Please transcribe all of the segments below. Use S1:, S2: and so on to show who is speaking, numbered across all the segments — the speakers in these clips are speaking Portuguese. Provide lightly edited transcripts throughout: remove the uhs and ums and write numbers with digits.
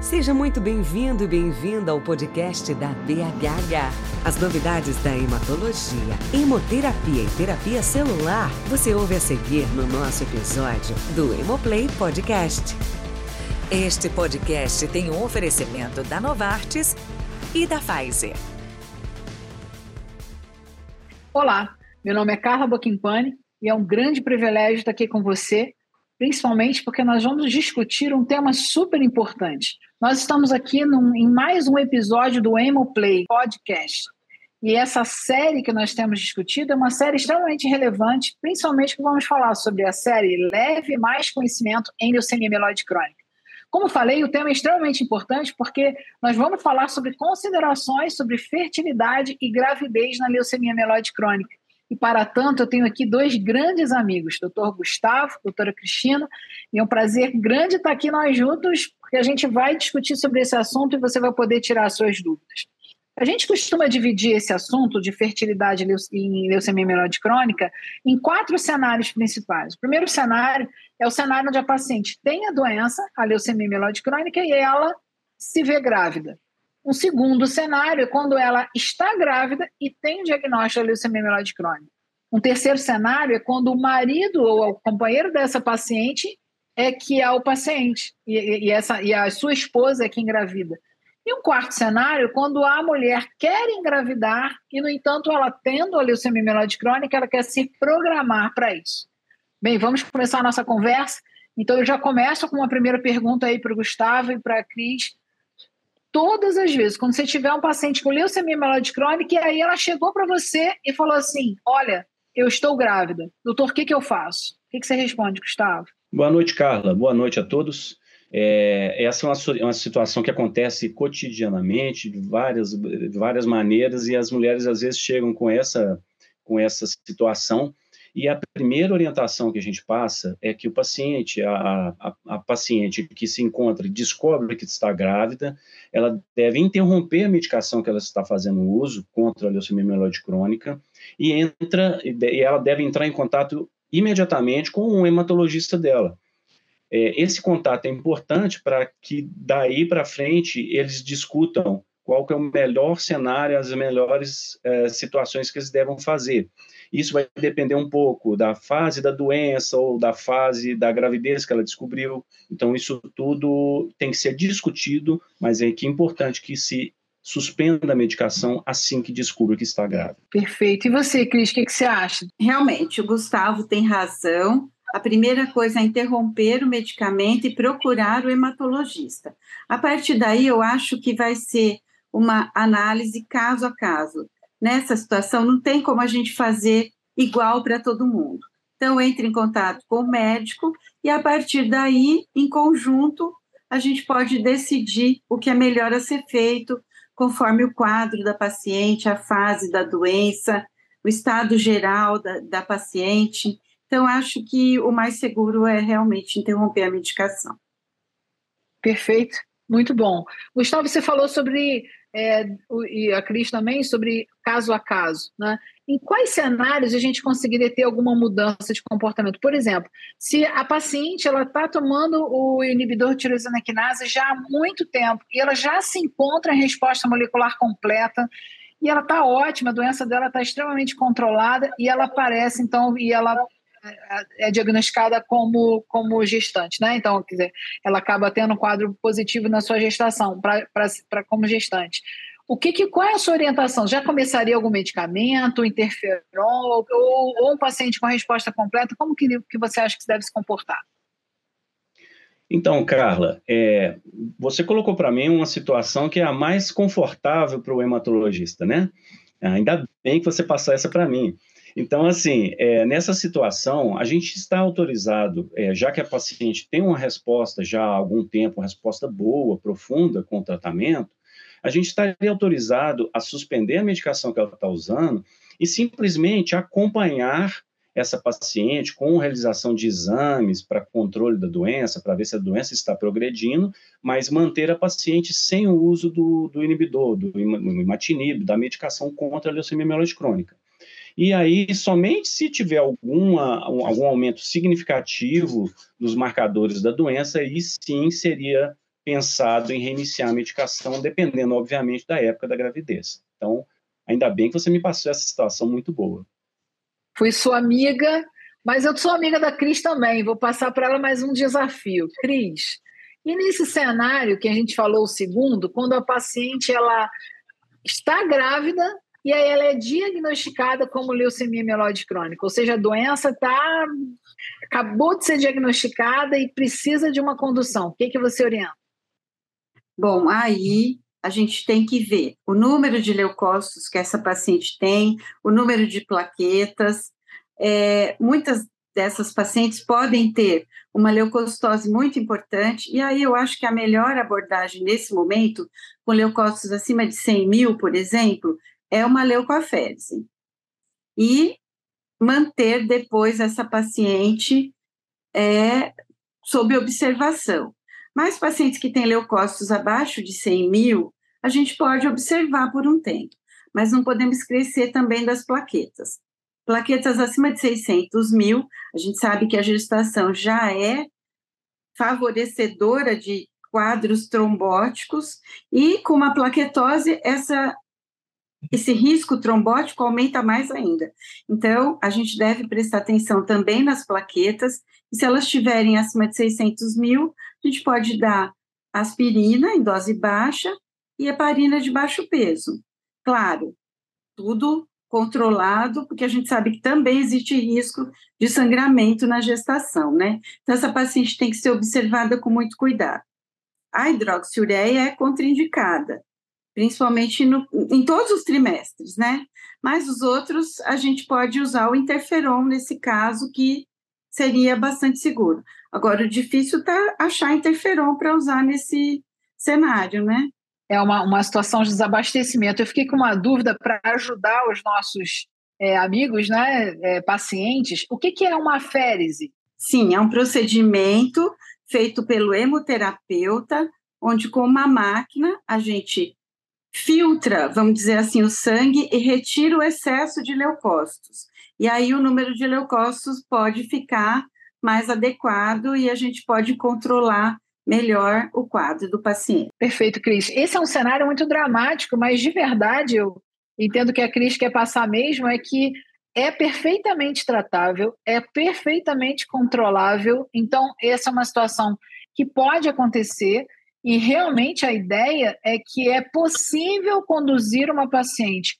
S1: Seja muito bem-vindo e bem-vinda ao podcast da BHH. As novidades da hematologia, hemoterapia e terapia celular, você ouve a seguir no nosso episódio do Hemoplay Podcast. Este podcast tem um oferecimento da Novartis e da Pfizer.
S2: Olá, meu nome é Carla Bocchimpani e é um grande privilégio estar aqui com você, principalmente porque nós vamos discutir um tema super importante. Nós estamos aqui em mais um episódio do Hemoplay Podcast. E essa série que nós temos discutido é uma série extremamente relevante, principalmente que vamos falar sobre a série Leve Mais Conhecimento em Leucemia Mieloide Crônica. Como falei, o tema é extremamente importante porque nós vamos falar sobre considerações sobre fertilidade e gravidez na leucemia mieloide crônica. E, para tanto, eu tenho aqui dois grandes amigos, Dr. Gustavo, doutora Cristina, e é um prazer grande estar aqui nós juntos, porque a gente vai discutir sobre esse assunto e você vai poder tirar as suas dúvidas. A gente costuma dividir esse assunto de fertilidade em leucemia mieloide crônica em 4 cenários principais. O primeiro cenário é o cenário onde a paciente tem a doença, a leucemia mieloide crônica, e ela se vê grávida. Um segundo cenário é quando ela está grávida e tem o diagnóstico da leucemia mieloide crônica. Um terceiro cenário é quando o marido ou o companheiro dessa paciente é que é o paciente e a sua esposa é que engravida. E um quarto cenário é quando a mulher quer engravidar e, no entanto, ela tendo a leucemia mieloide crônica, ela quer se programar para isso. Bem, vamos começar a nossa conversa. Então, eu já começo com uma primeira pergunta aí para o Gustavo e para a Cris. Todas as vezes, quando você tiver um paciente com leucemia mieloide crônica, e aí ela chegou para você e falou assim, olha, eu estou grávida. Doutor, o que eu faço? O que você responde, Gustavo?
S3: Boa noite, Carla. Boa noite a todos. Essa é uma situação que acontece cotidianamente, de várias maneiras, e as mulheres às vezes chegam com essa situação. E a primeira orientação que a gente passa é que o paciente, a paciente que se encontra e descobre que está grávida, ela deve interromper a medicação que ela está fazendo uso contra a leucemia mieloide crônica e ela deve entrar em contato imediatamente com o hematologista dela. Esse contato é importante para que daí para frente eles discutam qual que é o melhor cenário, as melhores situações que eles devem fazer. Isso vai depender um pouco da fase da doença ou da fase da gravidez que ela descobriu. Então, isso tudo tem que ser discutido, mas é importante que se suspenda a medicação assim que descubra que está grávida.
S2: Perfeito. E você, Cris, o que você acha?
S4: Realmente, o Gustavo tem razão. A primeira coisa é interromper o medicamento e procurar o hematologista. A partir daí, eu acho que vai ser uma análise caso a caso. Nessa situação, não tem como a gente fazer igual para todo mundo. Então, entre em contato com o médico e, a partir daí, em conjunto, a gente pode decidir o que é melhor a ser feito, conforme o quadro da paciente, a fase da doença, o estado geral da paciente. Então, acho que o mais seguro é realmente interromper a medicação.
S2: Perfeito, muito bom. Gustavo, você falou sobre, e a Cris também, sobre caso a caso, né? Em quais cenários a gente conseguiria ter alguma mudança de comportamento? Por exemplo, se a paciente está tomando o inibidor de tirosina quinase já há muito tempo e ela já se encontra em resposta molecular completa, e ela está ótima, a doença dela está extremamente controlada e ela aparece, então, e ela é diagnosticada como gestante, né? Então, quer dizer, ela acaba tendo um quadro positivo na sua gestação, como gestante. Qual é a sua orientação? Já começaria algum medicamento, interferon, ou um paciente com a resposta completa? Como que você acha que se deve se comportar?
S3: Então, Carla, você colocou para mim uma situação que é a mais confortável para o hematologista, né? Ainda bem que você passou essa para mim. Então, assim, nessa situação, a gente está autorizado, já que a paciente tem uma resposta já há algum tempo, uma resposta boa, profunda com o tratamento, a gente estaria autorizado a suspender a medicação que ela está usando e simplesmente acompanhar essa paciente com realização de exames para controle da doença, para ver se a doença está progredindo, mas manter a paciente sem o uso do inibidor, do imatinib, da medicação contra a leucemia mieloide crônica. E aí, somente se tiver algum aumento significativo dos marcadores da doença, aí sim seria pensado em reiniciar a medicação, dependendo, obviamente, da época da gravidez. Então, ainda bem que você me passou essa situação muito boa.
S2: Fui sua amiga, mas eu sou amiga da Cris também. Vou passar para ela mais um desafio. Cris, e nesse cenário que a gente falou o segundo, quando a paciente ela está grávida e aí ela é diagnosticada como leucemia mieloide crônica, ou seja, a doença acabou de ser diagnosticada e precisa de uma condução. O que você orienta?
S4: Bom, aí a gente tem que ver o número de leucócitos que essa paciente tem, o número de plaquetas. Muitas dessas pacientes podem ter uma leucocitose muito importante, e aí eu acho que a melhor abordagem nesse momento, com leucócitos acima de 100 mil, por exemplo, é uma leucoaférese. E manter depois essa paciente sob observação. Mas pacientes que têm leucócitos abaixo de 100 mil, a gente pode observar por um tempo, mas não podemos esquecer também das plaquetas. Plaquetas acima de 600 mil, a gente sabe que a gestação já é favorecedora de quadros trombóticos, e com uma plaquetose, esse risco trombótico aumenta mais ainda. Então, a gente deve prestar atenção também nas plaquetas, e se elas estiverem acima de 600 mil, a gente pode dar aspirina em dose baixa e heparina de baixo peso. Claro, tudo controlado, porque a gente sabe que também existe risco de sangramento na gestação, né? Então, essa paciente tem que ser observada com muito cuidado. A hidroxiureia é contraindicada, principalmente em todos os trimestres, né? Mas os outros, a gente pode usar o interferon nesse caso, que seria bastante seguro. Agora, o difícil está achar interferon para usar nesse cenário, né?
S2: É uma situação de desabastecimento. Eu fiquei com uma dúvida para ajudar os nossos amigos, né, pacientes. O que é uma aférese?
S4: Sim, é um procedimento feito pelo hemoterapeuta, onde com uma máquina a gente filtra, vamos dizer assim, o sangue e retira o excesso de leucócitos. E aí o número de leucócitos pode ficar mais adequado e a gente pode controlar melhor o quadro do paciente.
S2: Perfeito, Cris. Esse é um cenário muito dramático, mas de verdade eu entendo que a Cris quer passar mesmo é que é perfeitamente tratável, é perfeitamente controlável. Então, essa é uma situação que pode acontecer e realmente a ideia é que é possível conduzir uma paciente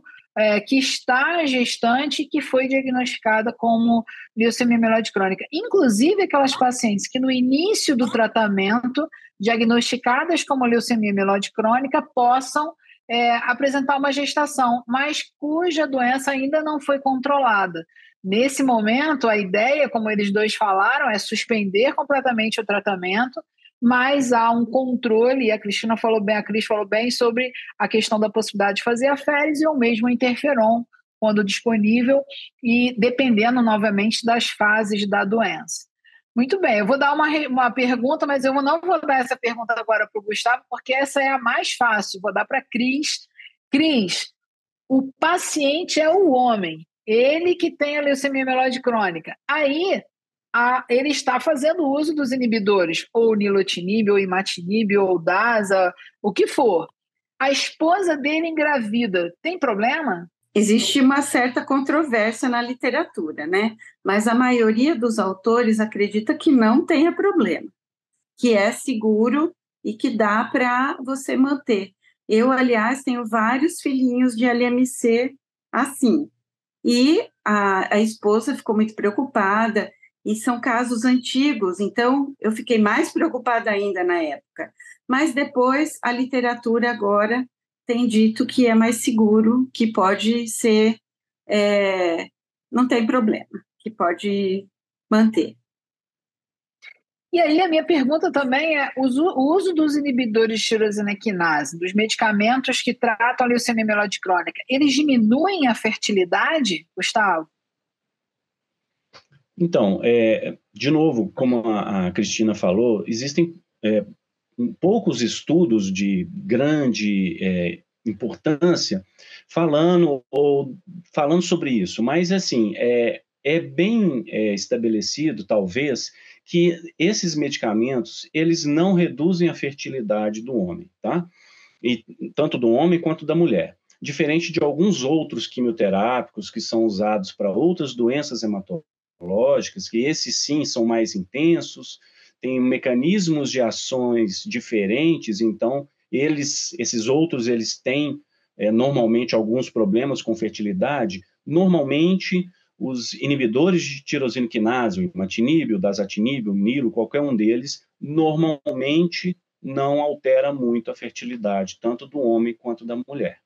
S2: que está gestante e que foi diagnosticada como leucemia mieloide crônica. Inclusive aquelas pacientes que no início do tratamento, diagnosticadas como leucemia mieloide crônica, possam apresentar uma gestação, mas cuja doença ainda não foi controlada. Nesse momento, a ideia, como eles dois falaram, é suspender completamente o tratamento, mas há um controle, e a Cris falou bem sobre a questão da possibilidade de fazer aférese ou mesmo interferon, quando disponível, e dependendo, novamente, das fases da doença. Muito bem, eu vou dar uma pergunta, mas eu não vou dar essa pergunta agora para o Gustavo, porque essa é a mais fácil, vou dar para a Cris. Cris, o paciente é o homem, ele que tem a leucemia mieloide crônica. Aí, ele está fazendo uso dos inibidores, ou nilotinib, ou imatinib, ou DASA, o que for. A esposa dele engravida, tem problema?
S4: Existe uma certa controvérsia na literatura, né? Mas a maioria dos autores acredita que não tenha problema, que é seguro e que dá para você manter. Eu, aliás, tenho vários filhinhos de LMC assim. E a esposa ficou muito preocupada, e são casos antigos, então eu fiquei mais preocupada ainda na época. Mas depois a literatura agora tem dito que é mais seguro, que pode ser, não tem problema, que pode manter.
S2: E aí a minha pergunta também é, o uso dos inibidores de tirosina quinase, dos medicamentos que tratam a leucemia mieloide crônica, eles diminuem a fertilidade, Gustavo?
S3: Então, de novo, como a Cristina falou, existem poucos estudos de grande importância falando sobre isso, mas assim, é bem estabelecido, talvez, que esses medicamentos, eles não reduzem a fertilidade do homem, tá? E, tanto do homem quanto da mulher. Diferente de alguns outros quimioterápicos que são usados para outras doenças hematológicas, que esses sim são mais intensos, têm mecanismos de ações diferentes, então esses outros eles têm normalmente alguns problemas com fertilidade. Normalmente os inibidores de tirosina quinase, o imatinib, o dasatinib, o niro, qualquer um deles, normalmente não altera muito a fertilidade, tanto do homem quanto da mulher.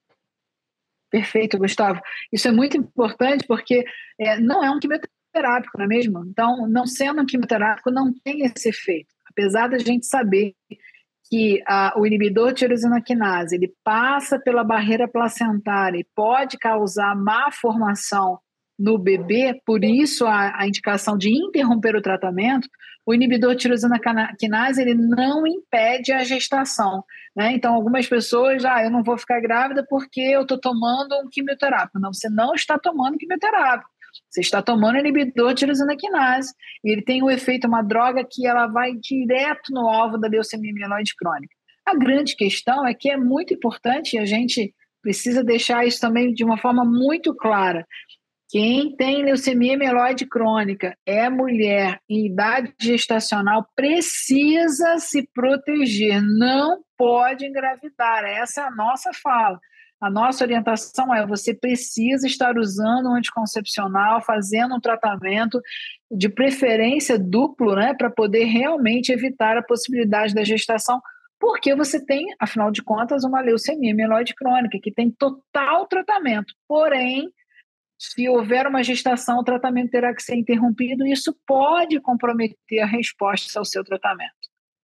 S2: Perfeito, Gustavo. Isso é muito importante porque não é um quimioterápico, não é mesmo? Então, não sendo um quimioterápico, não tem esse efeito. Apesar da gente saber que o inibidor de tirosina quinase, ele passa pela barreira placentária e pode causar má formação no bebê, por isso a indicação de interromper o tratamento. O inibidor de tirosina quinase, ele não impede a gestação, né? Então, algumas pessoas, eu não vou ficar grávida porque eu estou tomando um quimioterápico. Não, você não está tomando quimioterápico. Você está tomando inibidor de tirosina quinase e ele tem um efeito, uma droga que ela vai direto no alvo da leucemia mieloide crônica. A grande questão é que é muito importante e a gente precisa deixar isso também de uma forma muito clara. Quem tem leucemia mieloide crônica é mulher em idade gestacional, precisa se proteger, não pode engravidar. Essa é a nossa fala. A nossa orientação é: você precisa estar usando um anticoncepcional, fazendo um tratamento de preferência duplo, né, para poder realmente evitar a possibilidade da gestação, porque você tem, afinal de contas, uma leucemia mieloide crônica, que tem total tratamento. Porém, se houver uma gestação, o tratamento terá que ser interrompido e isso pode comprometer a resposta ao seu tratamento.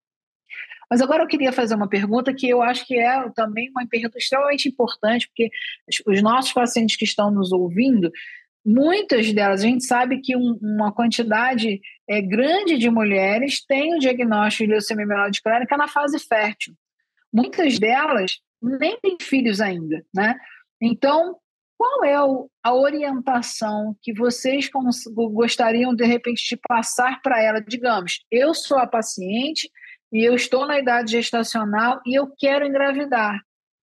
S2: Mas agora eu queria fazer uma pergunta que eu acho que é também uma pergunta extremamente importante, porque os nossos pacientes que estão nos ouvindo, muitas delas, a gente sabe que uma quantidade grande de mulheres tem o diagnóstico de leucemia mieloide crônica na fase fértil. Muitas delas nem têm filhos ainda, né? Então, qual é a orientação que vocês gostariam, de repente, de passar para ela? Digamos, eu sou a paciente e eu estou na idade gestacional e eu quero engravidar,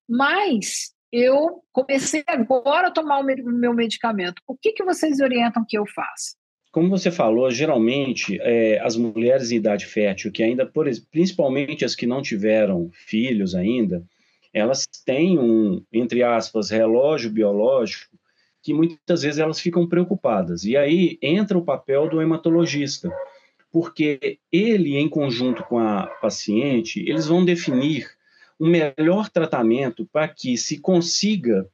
S2: mas eu comecei agora a tomar o meu medicamento. O que vocês orientam que eu faça?
S3: Como você falou, geralmente as mulheres em idade fértil, que ainda, principalmente as que não tiveram filhos ainda, elas têm entre aspas, relógio biológico, que muitas vezes elas ficam preocupadas. E aí entra o papel do hematologista, porque ele, em conjunto com a paciente, eles vão definir um melhor tratamento para que se consiga,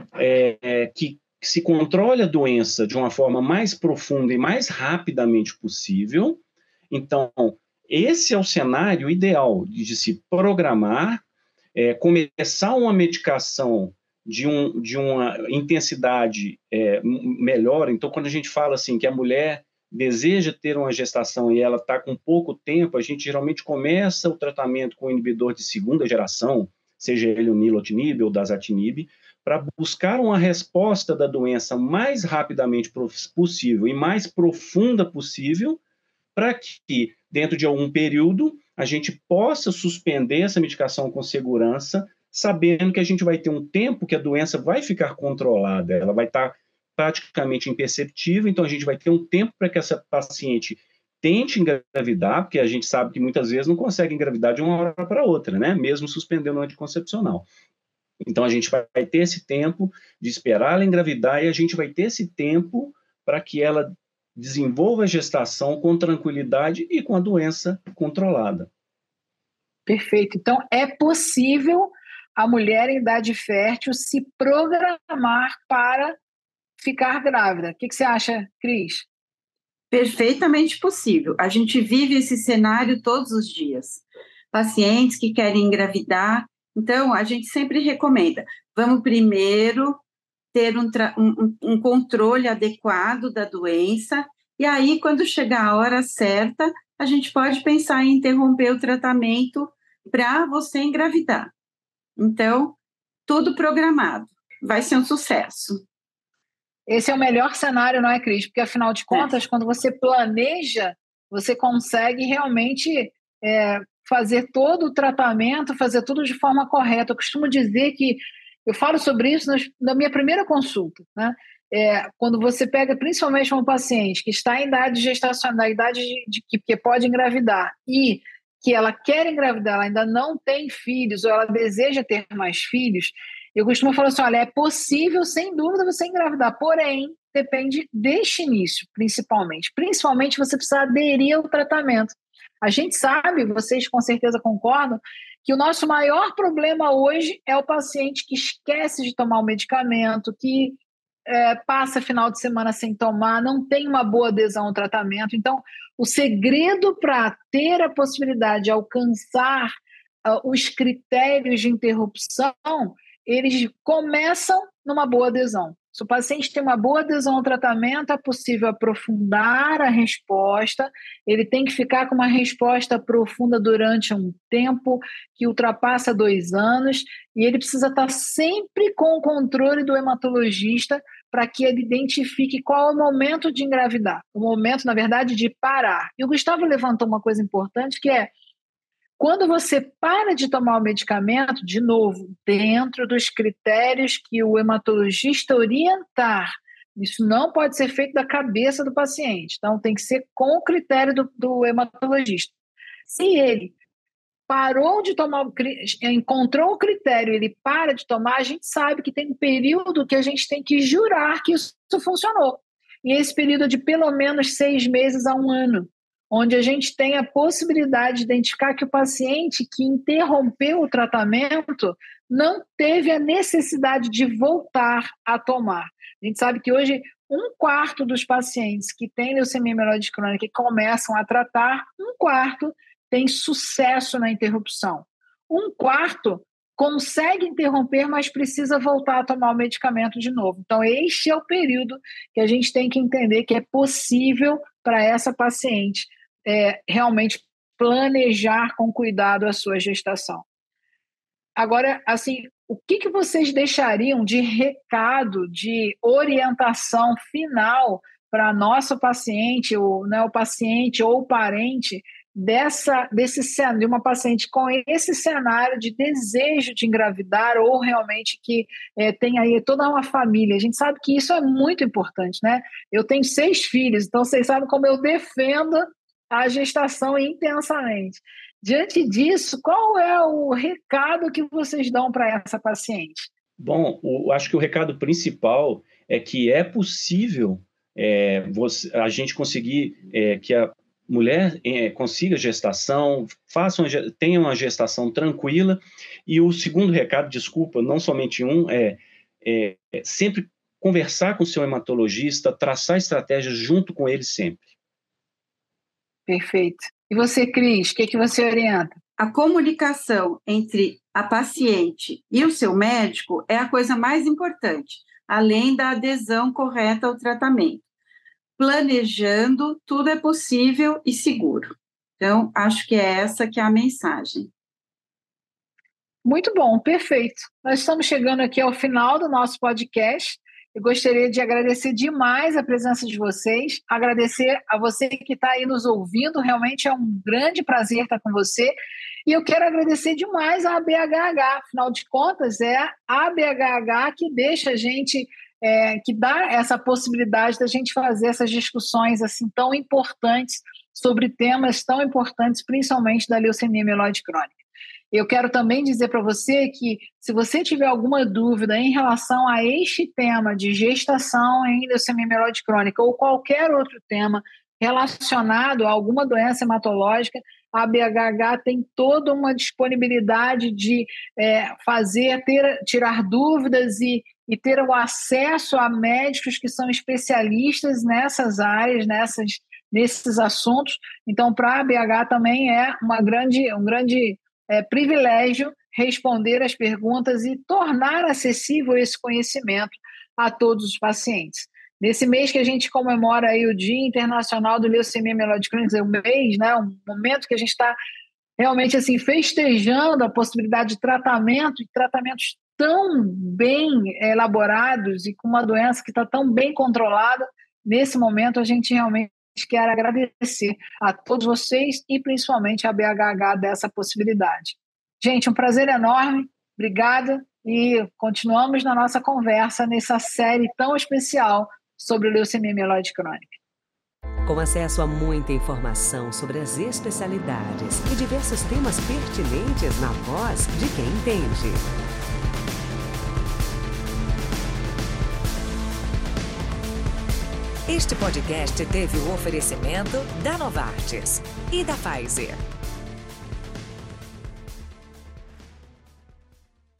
S3: que se controle a doença de uma forma mais profunda e mais rapidamente possível. Então, esse é o cenário ideal de se programar, começar uma medicação de uma intensidade melhor. Então, quando a gente fala assim que a mulher deseja ter uma gestação e ela está com pouco tempo, a gente geralmente começa o tratamento com inibidor de segunda geração, seja ele o nilotinib ou o dasatinib, para buscar uma resposta da doença mais rapidamente possível e mais profunda possível, para que, dentro de algum período, a gente possa suspender essa medicação com segurança, sabendo que a gente vai ter um tempo que a doença vai ficar controlada, ela vai estar praticamente imperceptível, então a gente vai ter um tempo para que essa paciente tente engravidar, porque a gente sabe que muitas vezes não consegue engravidar de uma hora para outra, né? Mesmo suspendendo o anticoncepcional. Então a gente vai ter esse tempo de esperar ela engravidar e a gente vai ter esse tempo para que ela desenvolva a gestação com tranquilidade e com a doença controlada.
S2: Perfeito. Então, é possível a mulher em idade fértil se programar para ficar grávida. O que você acha, Cris?
S4: Perfeitamente possível. A gente vive esse cenário todos os dias. Pacientes que querem engravidar. Então, a gente sempre recomenda, vamos primeiro ter um controle adequado da doença, e aí, quando chegar a hora certa, a gente pode pensar em interromper o tratamento para você engravidar. Então, tudo programado. Vai ser um sucesso.
S2: Esse é o melhor cenário, não é, Cris? Porque, afinal de contas, quando você planeja você consegue realmente fazer todo o tratamento, fazer tudo de forma correta. Eu costumo dizer que eu falo sobre isso na minha primeira consulta, né? Quando você pega principalmente um paciente que está em idade gestacional, idade que pode engravidar, e que ela quer engravidar, ela ainda não tem filhos, ou ela deseja ter mais filhos, eu costumo falar assim, olha, é possível, sem dúvida, você engravidar, porém, depende deste início, principalmente. Principalmente, você precisa aderir ao tratamento. A gente sabe, vocês com certeza concordam, que o nosso maior problema hoje é o paciente que esquece de tomar o medicamento, que passa final de semana sem tomar, não tem uma boa adesão ao tratamento. Então, o segredo para ter a possibilidade de alcançar os critérios de interrupção, eles começam numa boa adesão. Se o paciente tem uma boa adesão ao tratamento, é possível aprofundar a resposta, ele tem que ficar com uma resposta profunda durante um tempo que ultrapassa 2 anos, e ele precisa estar sempre com o controle do hematologista para que ele identifique qual é o momento de engravidar, o momento, na verdade, de parar. E o Gustavo levantou uma coisa importante, que é quando você para de tomar o medicamento, de novo, dentro dos critérios que o hematologista orientar, isso não pode ser feito da cabeça do paciente, então tem que ser com o critério do hematologista. Se ele parou de tomar, encontrou o critério, ele para de tomar, a gente sabe que tem um período que a gente tem que jurar que isso funcionou. E esse período é de pelo menos 6 meses a 1 ano, onde a gente tem a possibilidade de identificar que o paciente que interrompeu o tratamento não teve a necessidade de voltar a tomar. A gente sabe que hoje 1/4 dos pacientes que têm leucemia mieloide crônica e começam a tratar, 1/4 tem sucesso na interrupção. 1/4 consegue interromper, mas precisa voltar a tomar o medicamento de novo. Então, este é o período que a gente tem que entender que é possível para essa paciente realmente planejar com cuidado a sua gestação. Agora, assim, o que vocês deixariam de recado, de orientação final para nosso paciente, ou, né, o paciente ou o parente de uma paciente com esse cenário de desejo de engravidar ou realmente que tem aí toda uma família? A gente sabe que isso é muito importante, né? Eu tenho 6 filhos, então vocês sabem como eu defendo a gestação intensamente. Diante disso, qual é o recado que vocês dão para essa paciente?
S3: Bom, acho que o recado principal é que é possível a gente conseguir que a mulher consiga gestação, tenha uma gestação tranquila. E o segundo recado, desculpa, não somente um, é sempre conversar com o seu hematologista, traçar estratégias junto com ele sempre.
S2: Perfeito. E você, Cris, o que você orienta?
S4: A comunicação entre a paciente e o seu médico é a coisa mais importante, além da adesão correta ao tratamento. Planejando, tudo é possível e seguro. Então, acho que é essa que é a mensagem.
S2: Muito bom, perfeito. Nós estamos chegando aqui ao final do nosso podcast. Eu gostaria de agradecer demais a presença de vocês, agradecer a você que está aí nos ouvindo, realmente é um grande prazer estar com você. E eu quero agradecer demais a ABHH, afinal de contas, é a ABHH que deixa a gente... que dá essa possibilidade da gente fazer essas discussões assim tão importantes sobre temas tão importantes, principalmente da leucemia mieloide crônica. Eu quero também dizer para você que, se você tiver alguma dúvida em relação a este tema de gestação em leucemia mieloide crônica ou qualquer outro tema relacionado a alguma doença hematológica, a ABHH tem toda uma disponibilidade de tirar dúvidas e ter o acesso a médicos que são especialistas nessas áreas, nesses assuntos. Então, para a ABHH também é um grande privilégio responder as perguntas e tornar acessível esse conhecimento a todos os pacientes. Nesse mês que a gente comemora aí o Dia Internacional do Leucemia Mieloide Crônica, um momento que a gente está realmente assim, festejando a possibilidade de tratamento, e tratamentos tão bem elaborados e com uma doença que está tão bem controlada, nesse momento a gente realmente quer agradecer a todos vocês e principalmente a BHH dessa possibilidade. Gente, um prazer enorme, obrigada e continuamos na nossa conversa nessa série tão especial sobre leucemia mieloide crônica.
S1: Com acesso a muita informação sobre as especialidades e diversos temas pertinentes na voz de quem entende. Este podcast teve o oferecimento da Novartis e da Pfizer.